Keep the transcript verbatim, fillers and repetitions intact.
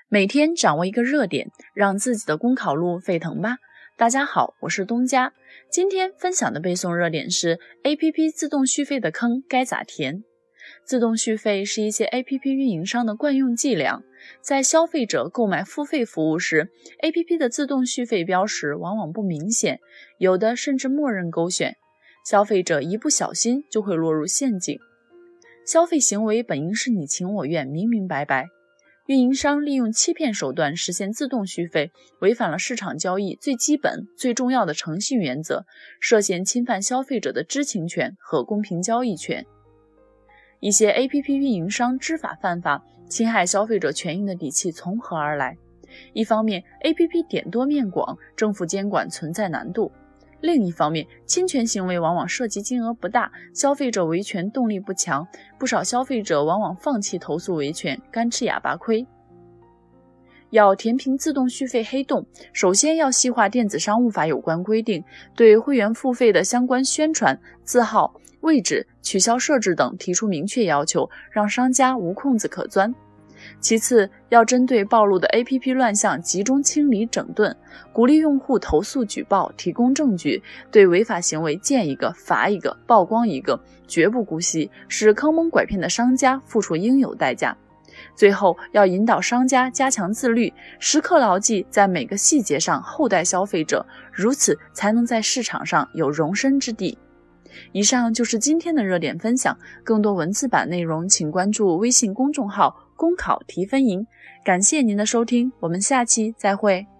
每天掌握一个热点，让自己的公考路沸腾吧。大家好，我是东家。今天分享的背诵热点是 A P P 自动续费的坑该咋填。自动续费是一些 A P P 运营商的惯用伎俩，在消费者购买付费服务时， A P P 的自动续费标识往往不明显，有的甚至默认勾选，消费者一不小心就会落入陷阱。消费行为本应是你情我愿，明明白白，运营商利用欺骗手段实现自动续费，违反了市场交易最基本最重要的诚信原则，涉嫌侵犯消费者的知情权和公平交易权。一些 A P P 运营商知法犯法，侵害消费者权益的底气从何而来？一方面 A P P 点多面广，政府监管存在难度；另一方面，侵权行为往往涉及金额不大，消费者维权动力不强，不少消费者往往放弃投诉维权，干吃哑巴亏。要填平自动续费黑洞，首先要细化电子商务法有关规定，对会员付费的相关宣传、字号、位置、取消设置等提出明确要求，让商家无空子可钻。其次，要针对暴露的 A P P 乱象集中清理整顿，鼓励用户投诉举报，提供证据，对违法行为见一个罚一个，曝光一个，绝不姑息，使坑蒙拐骗的商家付出应有代价。最后，要引导商家加强自律，时刻牢记在每个细节上厚待消费者，如此才能在市场上有容身之地。以上就是今天的热点分享，更多文字版内容请关注微信公众号公考提分营。感谢您的收听，我们下期再会。